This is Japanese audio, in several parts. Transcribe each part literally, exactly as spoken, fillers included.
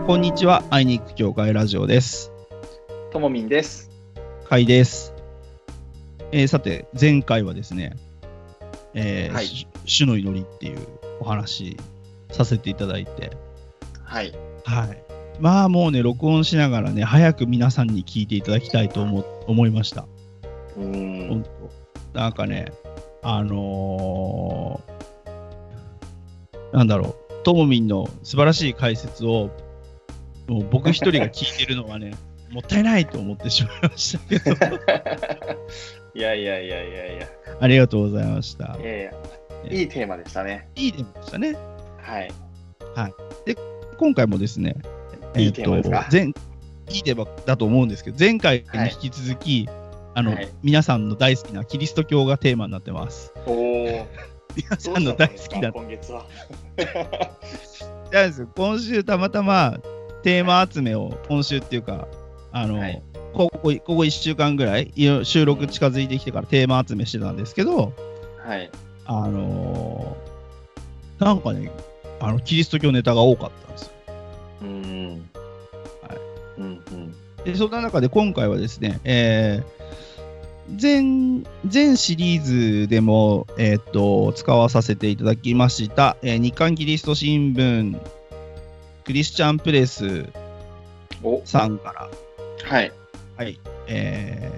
こんにちは、会いに行く教会ラジオです。 ともみんです。 かいです。えー、さて、前回はですね、えーはい、主の祈りっていうお話させていただいて、 はい。 はい。まあもうね、録音しながらね、早く皆さんに聞いていただきたいと思思いました。 うーん。 本当なんかね、あのー、なんだろう、ともみんの素晴らしい解説をもう僕一人が聞いてるのはね、もったいないと思ってしまいましたけど。 いやいやいやいやいや。 ありがとうございました。 いやいや、いいテーマでしたね。 いいテーマでしたね。 はい。 はい。で、今回もですね、 いいテーマですか？ 前いいテーマだと思うんですけど、前回に引き続き、はい、あの、はい、皆さんの大好きなキリスト教がテーマになってます。 おー。 皆さんの大好きな。 今月は。 今週たまたまテーマ集めを、今週っていうか、あの、はい、ここ、ここいっしゅうかんぐらい、収録近づいてきてからテーマ集めしてたんですけど、 はい。 あのー、なんかね、あの、キリスト教ネタが多かったんですよ。 うーん。 はい。 うんうん。 で、そんな中で今回はですね、えー、全、全シリーズでも、えー、っと、使わさせていただきました、えー、日刊キリスト新聞、クリスチャンプレスさんから、 はい。 はい。え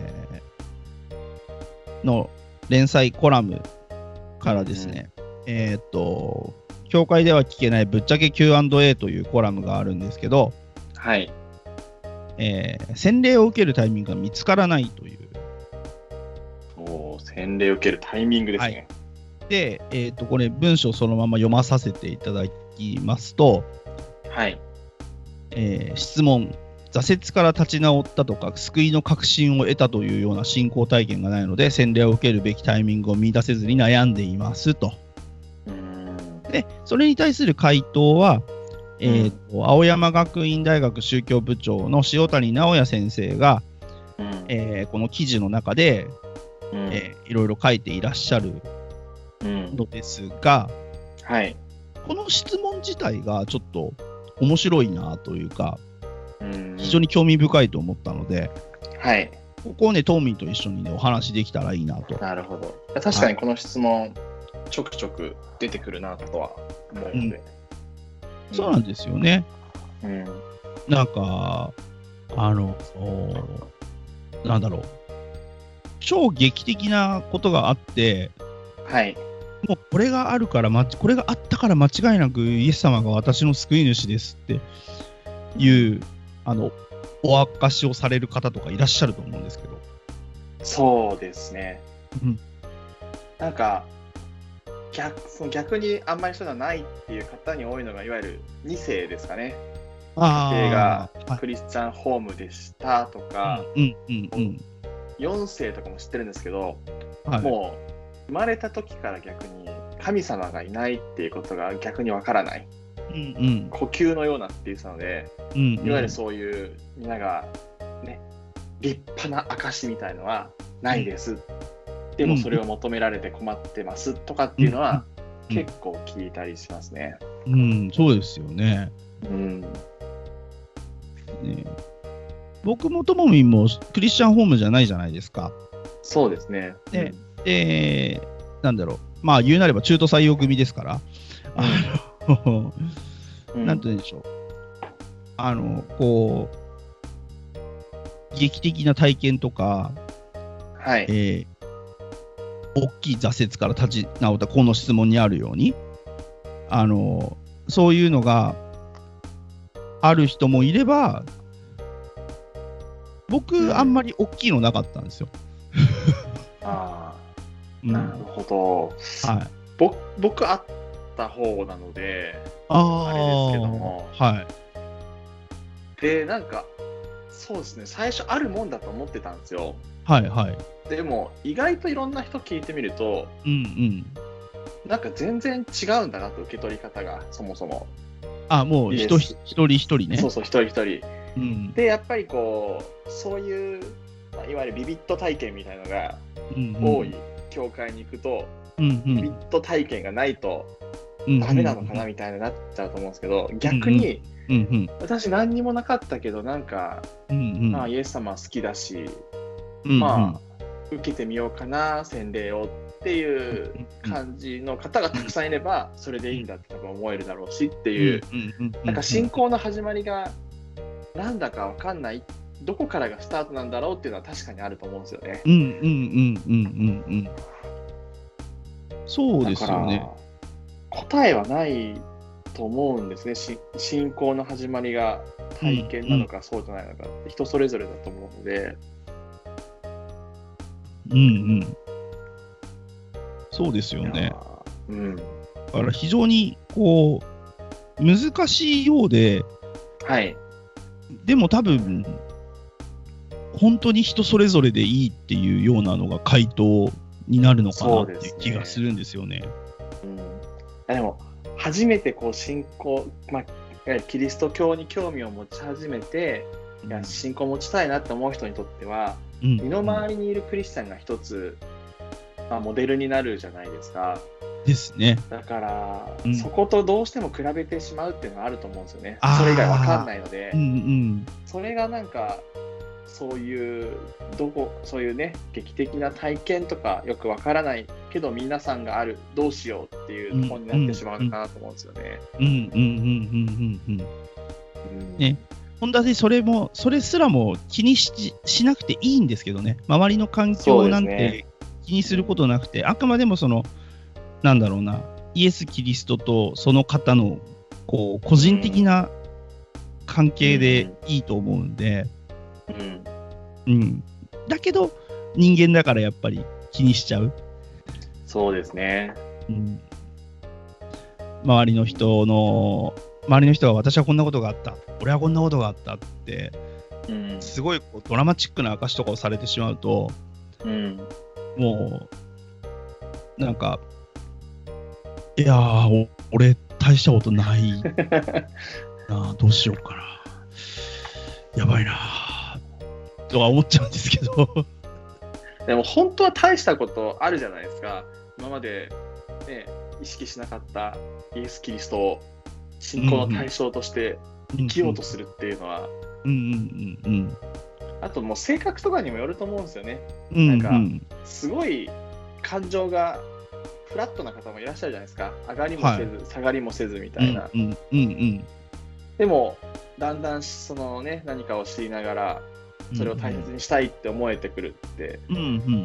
ー、の連載コラムからですね、うん、えー、っと、教会では聞けないぶっちゃけ キューアンドエー というコラムがあるんですけど、 はい。 えー、洗礼を受けるタイミングが見つからないという。 おー、洗礼を受けるタイミングですね。 はい、で、えー、っと、これ文章そのまま読まさせていただきますと、 はい。 えー、質問。挫折から立ち直ったとか救いの確信を得たというような信仰体験がないので洗礼を受けるべきタイミングを見出せずに悩んでいますと。 うーんでそれに対する回答は、えーとうん、青山学院大学宗教部長の塩谷直也先生が、うんえー、この記事の中で、うんえー、いろいろ書いていらっしゃるのですが、 うんはい、 この質問自体がちょっと面白いなというか非常に興味深いと思ったので、 はい、 ここをね、トーミーと一緒にね、お話できたらいいなと。 なるほど。確かにこの質問、はい、ちょくちょく出てくるなとは思うので、うんうん。そうなんですよね。 うん、 なんか、あの、なんだろう。超劇的なことがあって、 はい。 もうこれがあるから、これがあったから間違いなくイエス様が私の救い主ですっていう、あの、お明かしをされる方とかいらっしゃると思うんですけど。 そうですね。 うん、 なんか 逆, その逆にあんまりそういうのはないっていう方に多いのがいわゆるに世ですかね。家庭がクリスチャンホームでしたとか、 うんうんうん、 よん世とかも知ってるんですけど、 はい、 もう生まれた時から逆に神様がいないっていうことが逆にわからない。 うんうん、 呼吸のようなって言ってたので、うんうん、いわゆるそういうみんながね立派な証みたいのはないです、うん、でもそれを求められて困ってますとかっていうのは結構聞いたりしますね。 うん、うん、そうですよね。 うん、 ね僕もともみんもクリスチャンホームじゃないじゃないですか。 そうですね。 で、うん、でなんだろう、まあ言うなれば中途採用組ですから、あのなんて言うんでしょう。あの、こう、劇的な体験とか、 はい。 えー、大きい挫折から立ち直ったこの質問にあるように、あの、そういうのがある人もいれば、僕、うん、あんまり大きいのなかったんですよ。 ああ、うん、なるほど。はい。ぼ僕あった方なので、あ, あれですけども、 はい。 で、なんか、そうですね、最初あるもんだと思ってたんですよ。 はいはい。 でも、意外といろんな人聞いてみると、 うんうん。 なんか全然違うんだなと、受け取り方が、そもそも。 あ、もう一人一人一人ね。 そうそう、一人一人。 うん、 で、やっぱりこう、そういう、まあ、いわゆるビビット体験みたいなのが多い教会に行くと、 うんうん、 ビビット体験がないとダメなのかなみたいになっちゃうと思うんですけど、逆にうんうん、 私何にもなかったけどなんか、うんうん、まあイエス様好きだし、うんうん、まあ受けてみようかな洗礼をっていう感じの方がたくさんいればそれでいいんだって多分思えるだろうしっていう、なんか信仰の始まりがなんだか分かんないどこからがスタートなんだろうっていうのは確かにあると思うんですよね。 うんうんうんうんうんうん。そうですよね。 答えはないと思うんですね。信仰の始まりが体験なのかそうじゃないのかって人それぞれだと思うので。 うんうん。そうですよね。うん。だから非常にこう難しいようで、 はい。 でも多分本当に人それぞれでいいっていうようなのが回答になるのかなっていう気がするんですよね。 うん、でも初めてこう信仰、まあ、キリスト教に興味を持ち始めて、うん、いや信仰を持ちたいなって思う人にとっては、うん、身の回りにいるクリスチャンが一つ、まあ、モデルになるじゃないですか。 ですね。 だから、うん、そことどうしても比べてしまうっていうのはあると思うんですよね。それ以外わかんないので、うんうん、それがなんかそういうどこそういうね劇的な体験とかよくわからないけど皆さんがあるどうしようっていう本になってしまうのかなと思うんですよね。うんうんうんうんうんうん。 ね、本当にそれもそれすらも気に し, しなくていいんですけどね。周りの環境なんて気にすることなくて、ね、あくまでもそのなんだろうなイエス・キリストとその方のこう個人的な関係でいいと思うんで。うんうん、だけど人間だからやっぱり気にしちゃう。 そうですね、 うん、周りの人の周りの人は私はこんなことがあった俺はこんなことがあったって、うん、すごいこうドラマチックな証とかをされてしまうと、うん、もうなんかいやー俺大したことないなどうしようかなやばいなとは思っちゃうんですけどでも本当は大したことあるじゃないですか。今まで、ね、意識しなかったイエス・キリストを信仰の対象として生きようとするっていうのは、うんうんうんうん、あともう性格とかにもよると思うんですよね、うんうん、なんかすごい感情がフラットな方もいらっしゃるじゃないですか。上がりもせず、はい、下がりもせずみたいな、うんうんうんうん、でもだんだんその、ね、何かを知りながらそれを大切にしたいって思えてくるって、うんうん、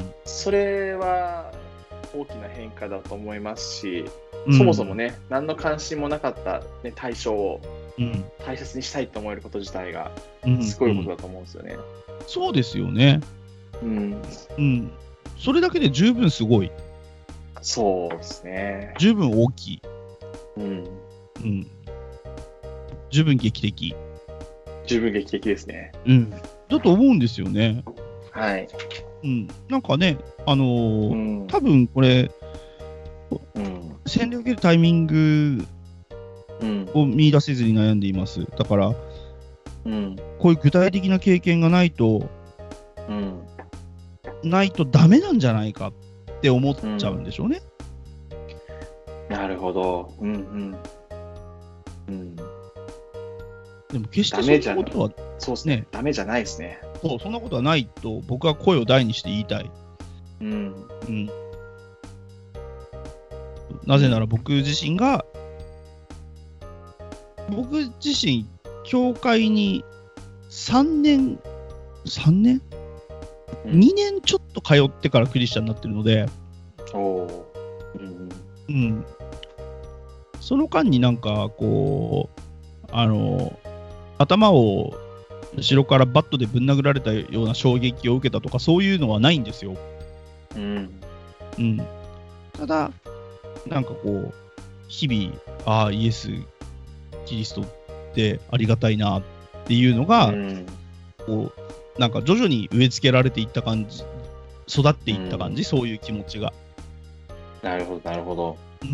それは大きな変化だと思いますし、うん、そもそもね何の関心もなかった、ね、対象を大切にしたいと思えること自体がすごいことだと思うんですよね、うんうん、 そうですよね、うんうん、それだけで十分すごい。 そうですね、 十分大きい、うんうん、十分劇的十分劇的ですね、 うんだと思うんですよね。 はい。 うん、なんかね、あのーうん、多分これ、うん、洗礼を受けるタイミングを見出せずに悩んでいます。だから、うん、こういう具体的な経験がないと、うん、ないとダメなんじゃないかって思っちゃうんでしょうね。 うん、なるほど。うんうんうんでも決してそんなことはそうですね、ダメじゃないですね。 そう、そんなことはないと僕は声を大にして言いたい。うんうん、なぜなら僕自身が僕自身教会にさんねんさんねん、うん、にねんちょっと通ってからクリスチャンになってるので、おうんうん、その間になんかこうあの頭を後ろからバットでぶん殴られたような衝撃を受けたとかそういうのはないんですよ。うんうん、ただなんかこう日々ああイエスキリストってありがたいなっていうのが、うん、こうなんか徐々に植え付けられていった感じ、育っていった感じ、うん、そういう気持ちが。 なるほどなるほど。 うん。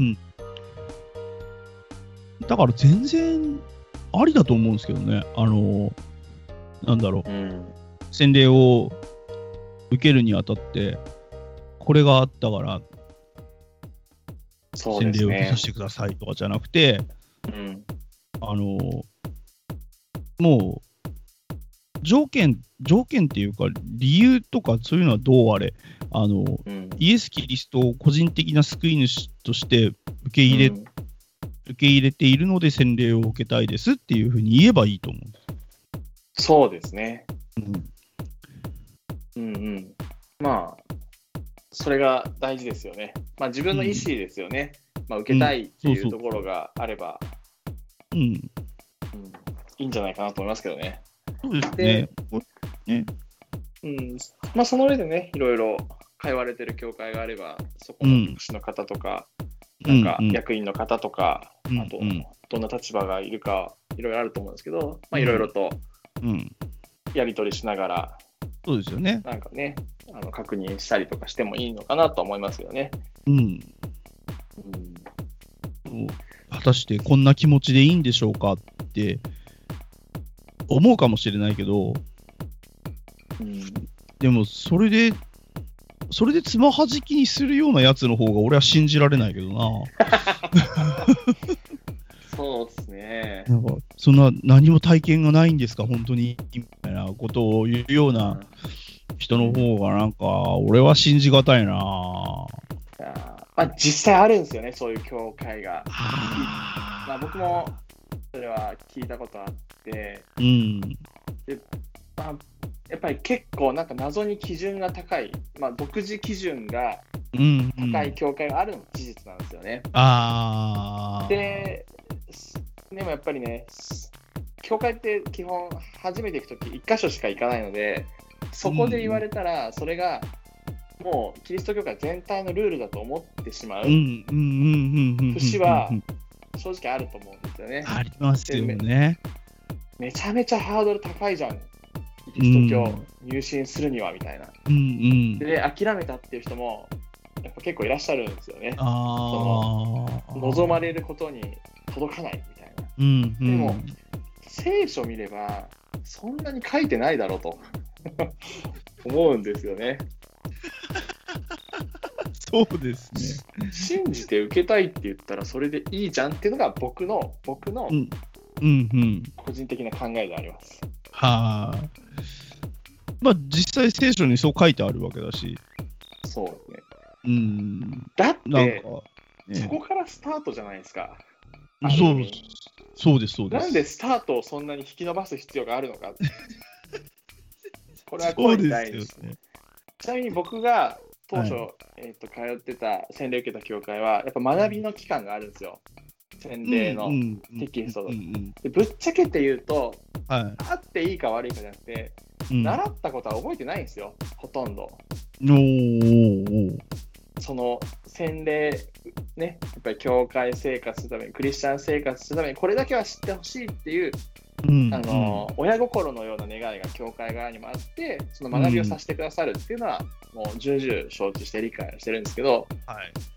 だから全然ありだと思うんですけどね。あのなんだろう、うん、洗礼を受けるにあたってこれがあったから洗礼を受けさせてくださいとかじゃなくて、うん、あのもう条件条件っていうか理由とかそういうのはどうあれ、あの、うん、イエス・キリストを個人的な救い主として受け入れ、うん、受け入れているので洗礼を受けたいですっていうふうに言えばいいと思う。 そうですね。うん、うんうんまあそれが大事ですよね。まあ自分の意思ですよね。うん、まあ受けたいっていうところがあれば、 うん、うん、 いいんじゃないかなと思いますけどね。 そうですね。 ねうん、まあその上でね、いろいろ通われてる教会があれば、そこの牧師の方とか、うん、なんか役員の方とか、うん、あとどんな立場がいるか、いろいろあると思うんですけど、まあいろいろとやり取りしながら、 そうですよね。 なんかね、あの確認したりとかしてもいいのかなと思いますよね。 うん。うん、果たしてこんな気持ちでいいんでしょうかって思うかもしれないけど、うん、でもそれでそれでつまはじきにするようなやつの方が俺は信じられないけどな。 そうですね。 なんかそんな何も体験がないんですか本当にみたいなことを言うような人の方がなんか俺は信じがたいな。 いやまあ、実際あるんですよねそういう教会が。まあ、僕もそれは聞いたことあって、うん、でまあ、やっぱり結構なんか謎に基準が高い、まあ、独自基準が高い教会があるのも事実なんですよね。うんうん、あででもやっぱりね、教会って基本初めて行くときいっかしょしか行かないので、そこで言われたらそれがもうキリスト教会全体のルールだと思ってしまう節は正直あると思うんですよね。 ありますよね。 め, めちゃめちゃハードル高いじゃん、キリスト教入信するにはみたいな、うんうん、で諦めたっていう人もやっぱ結構いらっしゃるんですよね。あその望まれることに届かないみたいな、うんうん、でも聖書見ればそんなに書いてないだろうと思うんですよね。 そうですね。 信じて受けたいって言ったらそれでいいじゃんっていうのが僕の僕の個人的な考えであります。うんうんうん、 はあ。まあ実際聖書にそう書いてあるわけだし。 そうですね。うん。だって、ね、そこからスタートじゃないですか。 そうそうですそうです。 なんでスタートをそんなに引き伸ばす必要があるのか。これは声に大事ですね。ちなみに僕が当初、はいえー、と通ってた洗礼を受けた教会はやっぱ学びの期間があるんですよ。洗礼のテキストでぶっちゃけて言うと、はい、あっていいか悪いかじゃなくて、うん、習ったことは覚えてないんですよほとんど。おその洗礼ねやっぱり教会生活するためにクリスチャン生活するためにこれだけは知ってほしいっていう、うんあのうん、親心のような願いが教会側にもあってその学びをさせてくださるっていうのは、うん、もう重々承知して理解してるんですけど、はい、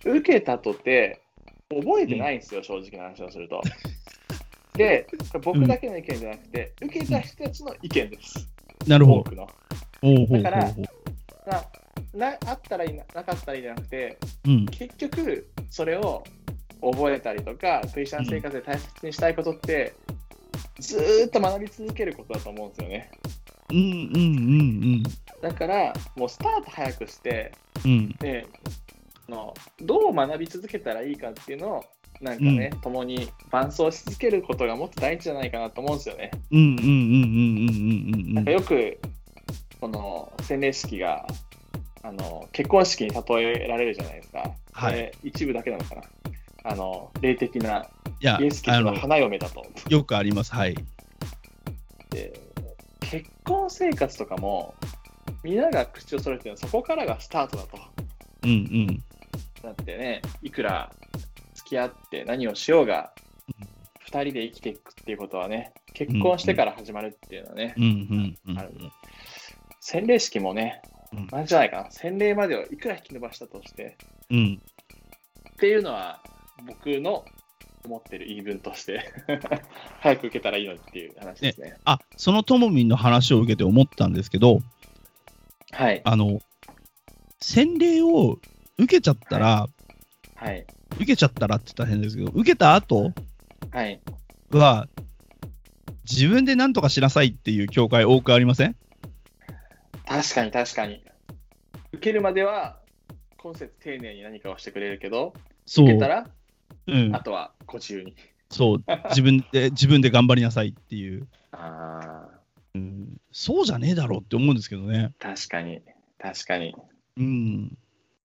受けたとて覚えてないんですよ、うん、正直な話をすると。で僕だけの意見じゃなくて、うん、受けた人たちの意見です。 なるほど。 多くのだからななあったらいい な, なかったらいいじゃなくて、うん、結局それを覚えたりとかクリスチャン生活で大切にしたいことって、うん、ずーっと学び続けることだと思うんですよね。うんうんうんうん。だからもうスタート早くして、うん、でのどう学び続けたらいいかっていうのをなんかね、うん、共に伴走し続けることがもっと大事じゃないかなと思うんですよね。うんうんうんうんうんうん。なんかよくこの洗礼式があの結婚式に例えられるじゃないですか。はい。一部だけなのかな。あの霊的なイエス・キリストの花嫁だと。 よくあります。はい。 で結婚生活とかも皆が口を揃えてるのはそこからがスタートだと。うんうん。だってね、いくら付き合って何をしようが、うん、ふたりで生きていくっていうことはね、結婚してから始まるっていうのはね、ある。洗礼式もね、同じじゃないかな。洗礼までをいくら引き伸ばしたとして、うん、っていうのは僕の思ってる言い分として早く受けたらいいのにっていう話ですね。ねあ、そのともみんの話を受けて思ったんですけど、はい。あの、洗礼を受けちゃったら、はいはい、受けちゃったらって言ったら変ですけど、受けた後は、はい、 自分で何とかしなさいっていう教会多くありません？ 確かに確かに。受けるまでは今節丁寧に何かをしてくれるけど、 そう受けたら、 うん、 あとはご自由に。 そう自分で自分で頑張りなさいっていう。 あ、 うん、そうじゃねえだろうって思うんですけどね。 確かに確かに。 うん。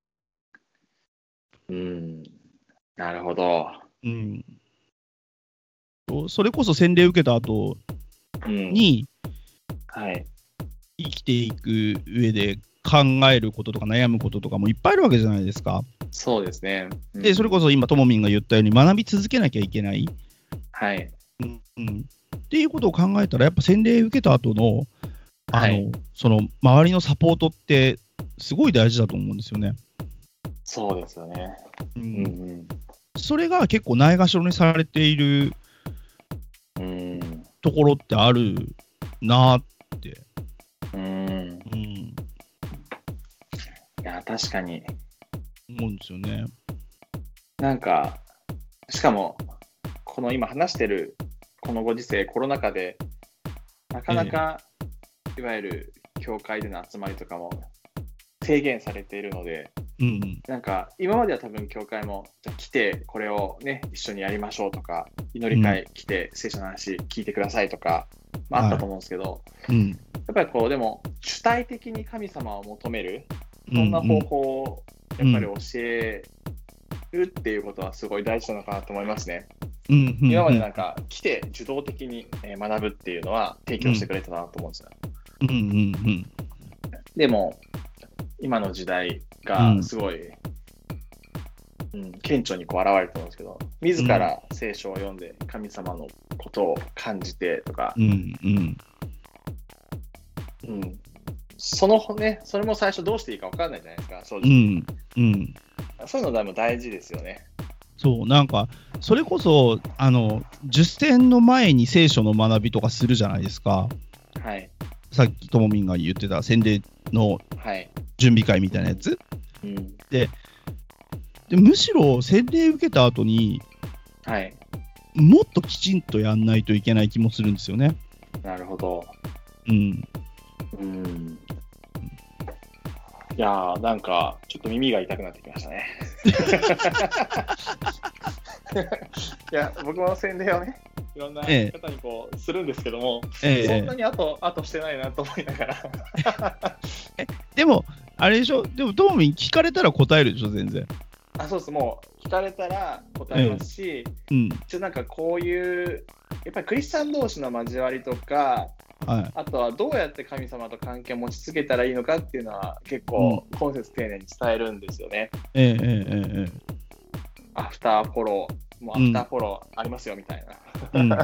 うん。なるほど。 うん。それこそ洗礼受けた後に、 うん、はい。 生きていく上で考えることとか悩むこととかもいっぱいあるわけじゃないですか。 そうですね。 うん、で、それこそ今、ともみんが言ったように学び続けなきゃいけない。 はい。 うんうん、っていうことを考えたら、やっぱ洗礼受けた後の、あの、はい、その周りのサポートってすごい大事だと思うんですよね。 そうですよね。うんうん、 それが結構ないがしろにされているところってあるなって。 うん。うん。いや、確かに。 思うんですよね。 なんか、しかも、この今話してる、このご時世、コロナ禍で、なかなか、えー、いわゆる教会での集まりとかも制限されているので、うんうん、なんか今までは多分教会もじゃ来てこれをね一緒にやりましょうとか、祈り会来て聖書の話聞いてくださいとか、まあ、あったと思うんですけど、はい、うん、やっぱりこうでも主体的に神様を求めるそんな方法をやっぱり教えるっていうことはすごい大事なのかなと思いますね。うんうんうん、今までなんか来て受動的に学ぶっていうのは提供してくれたなと思うんですよ。うんうんうん、でも今の時代がすごい、うんうん、顕著にこう現れると思うんですけど、自ら聖書を読んで神様のことを感じてとか、うんうんうん、そのね、それも最初どうしていいか分かんないじゃないですか、正直。うんうん、そういうのも大事ですよね。 そう、なんか、それこそ、あの、受洗の前に聖書の学びとかするじゃないですか。 はい。 さっきともみんが言ってた洗礼の準備会みたいなやつ。はい、うん、で, で、むしろ洗礼受けた後に、はい、もっときちんとやんないといけない気もするんですよね。 なるほど。 うん。 うん。いやー、なんか、ちょっと耳が痛くなってきましたね。いや、僕も洗礼をね、いろんな方にこう、するんですけども、ええ、そんなに後、後してないなと思いながら。 えでも、あれでしょ、でも、トモミン聞かれたら答えるでしょ、全然。 あ、そうです、もう、聞かれたら答えますし、ええ、うん、一応なんかこういう、やっぱりクリスチャン同士の交わりとか、はい、あとはどうやって神様と関係を持ち続けたらいいのかっていうのは結構今節丁寧に伝えるんですよね。ええええええ。アフターフォロー、もうアフターフォローありますよみたいな。うんうん、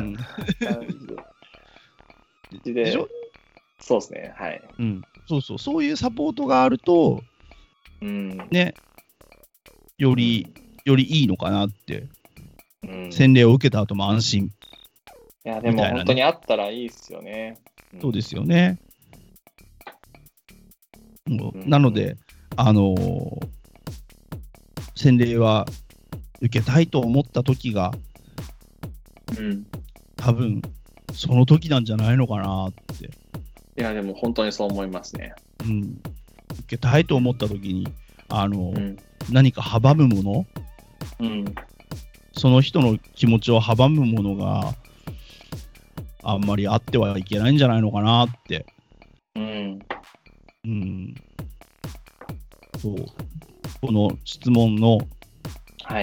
でそうですね、はい、 うん。そうそう、そういうサポートがあると、うん、ね、より、うん、よりいいのかなって、うん、洗礼を受けた後も安心。 いや、でも本当にあったらいいですよね。 うん、そうですよね。うん、なので、あのー、洗礼は受けたいと思った時が、うん、多分その時なんじゃないのかなって。 いや、でも本当にそう思いますね。 うん、受けたいと思った時に、あのーうん、何か阻むもの、うん、その人の気持ちを阻むものがあんまりあってはいけないんじゃないのかなって。うん。うん。そう。この質問の、はい。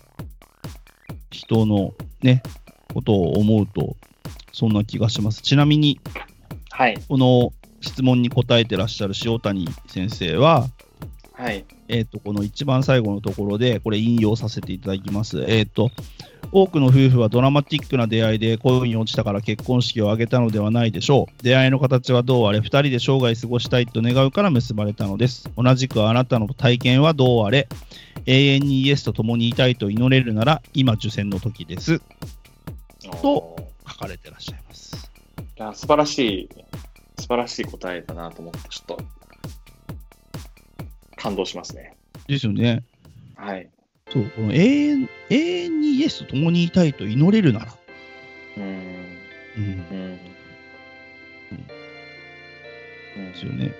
人のね、ことを思うと、そんな気がします。ちなみに、はい。この質問に答えてらっしゃる塩谷先生は、はい。えっと、この一番最後のところで、これ引用させていただきます。えっと、多くの夫婦はドラマティックな出会いで恋に落ちたから結婚式を挙げたのではないでしょう。出会いの形はどうあれ、ふたりで生涯過ごしたいと願うから結ばれたのです。同じくあなたの体験はどうあれ、永遠にイエスと共にいたいと祈れるなら、今受洗の時です。と書かれてらっしゃいます。 いや、素晴らしい、素晴らしい答えだなと思って、ちょっと感動しますね。 ですよね。 はい。 そう、この永遠、永遠にイエスと共にいたいと祈れるなら。 うん。 うん。うん。うん。ですよね。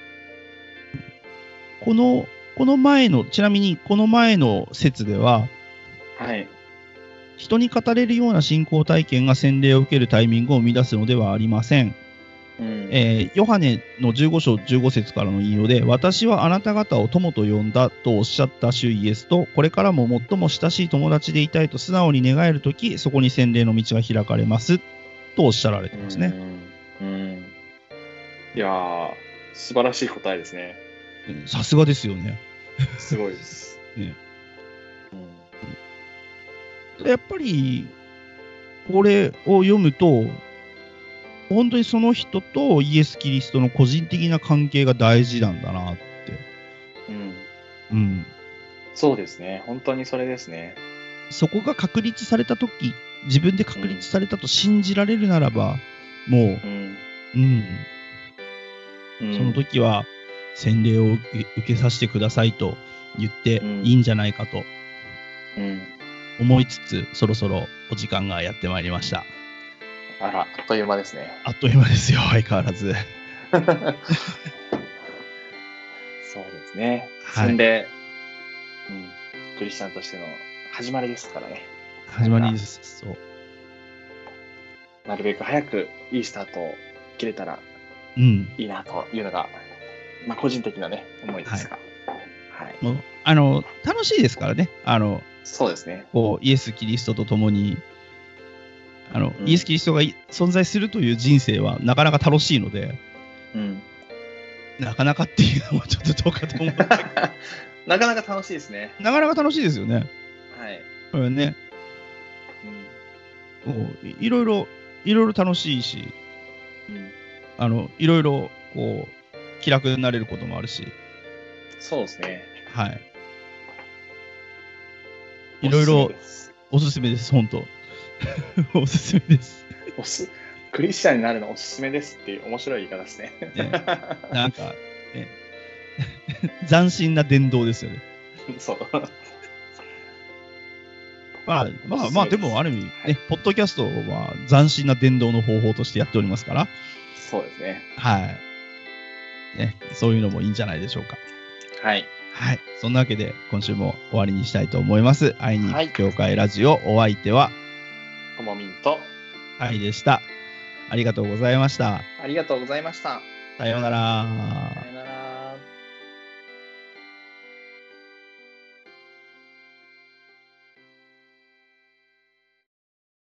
この、この前の、ちなみにこの前の説では、 はい。 人に語れるような信仰体験が洗礼を受けるタイミングを生み出すのではありません。うん、えー、ヨハネのじゅうご章じゅうご節からの引用で、私はあなた方を友と呼んだとおっしゃった主イエスと、これからも最も親しい友達でいたいと素直に願えるとき、そこに洗礼の道が開かれますとおっしゃられてますね。 うんうん、いやー、素晴らしい答えですね。 さすがですよね。 すごいです。ね、 うん、やっぱり、これを読むと、本当にその人とイエス・キリストの個人的な関係が大事なんだなって。うん。うん。 そうですね。本当にそれですね。 そこが確立されたとき、自分で確立されたと信じられるならば、うん、もう、うん、うん、その時は洗礼を受けさせてくださいと言っていいんじゃないかと思いつつ、うん、そろそろお時間がやってまいりました。 あら、あっという間ですね。 あっという間ですよ、相変わらず。 そうですね。洗礼、うん、クリスチャンとしての始まりですからね。 始まりです。そう。 なるべく早くいいスタートを切れたらいいなというのが、うん、まあ個人的なね、思いですが。 はい。はい、もうあの楽しいですからね。あのそうですね。 こうイエス・キリストと共に。あの、うん、イエス・キリストが存在するという人生はなかなか楽しいので、うん、なかなかっていうのもちょっとどうかと思ったけどなかなか楽しいですね。 なかなか楽しいですよね。 はい。 これね、うん、いろいろいろいろ楽しいし、うん、あのいろいろこう気楽になれることもあるし、 そうですね。 はい。いろいろおすすめです、本当。おすすめです。 おすクリスチャンになるのおすすめですっていう面白い言い方ですね。 ね、なんか、ね、斬新な伝道ですよね。 そう。 まあまあまあ、でもある意味、ね、はい、ポッドキャストは斬新な伝道の方法としてやっておりますから。 そうですね。 はい。ね、そういうのもいいんじゃないでしょうか。 はい。 はい。そんなわけで、今週も終わりにしたいと思います。愛に行く教会ラジオ、お相手は、 ともみんと愛でした。ありがとうございました。 ありがとうございました。 さようなら。